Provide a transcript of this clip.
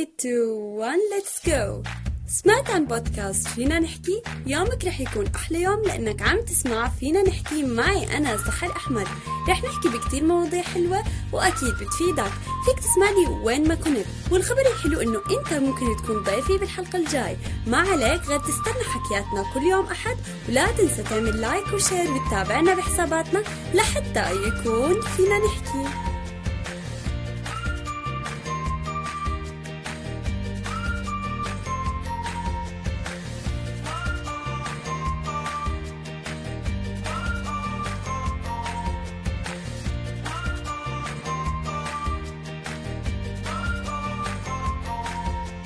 2 1 let's go. سمعت عن بودكاست فينا نحكي؟ يومك رح يكون أحلى يوم لأنك عم تسمع فينا نحكي معي أنا سحر أحمد. رح نحكي بكتير مواضيع حلوة وأكيد بتفيدك. فيك تسمعني وين ما كنت، والخبر الحلو إنه أنت ممكن تكون ضيفي بالحلقة الجاي. ما عليك غير تستنى حكياتنا كل يوم أحد، ولا تنسى تعمل لايك وشير وتتابعنا بحساباتنا لحتى يكون فينا نحكي.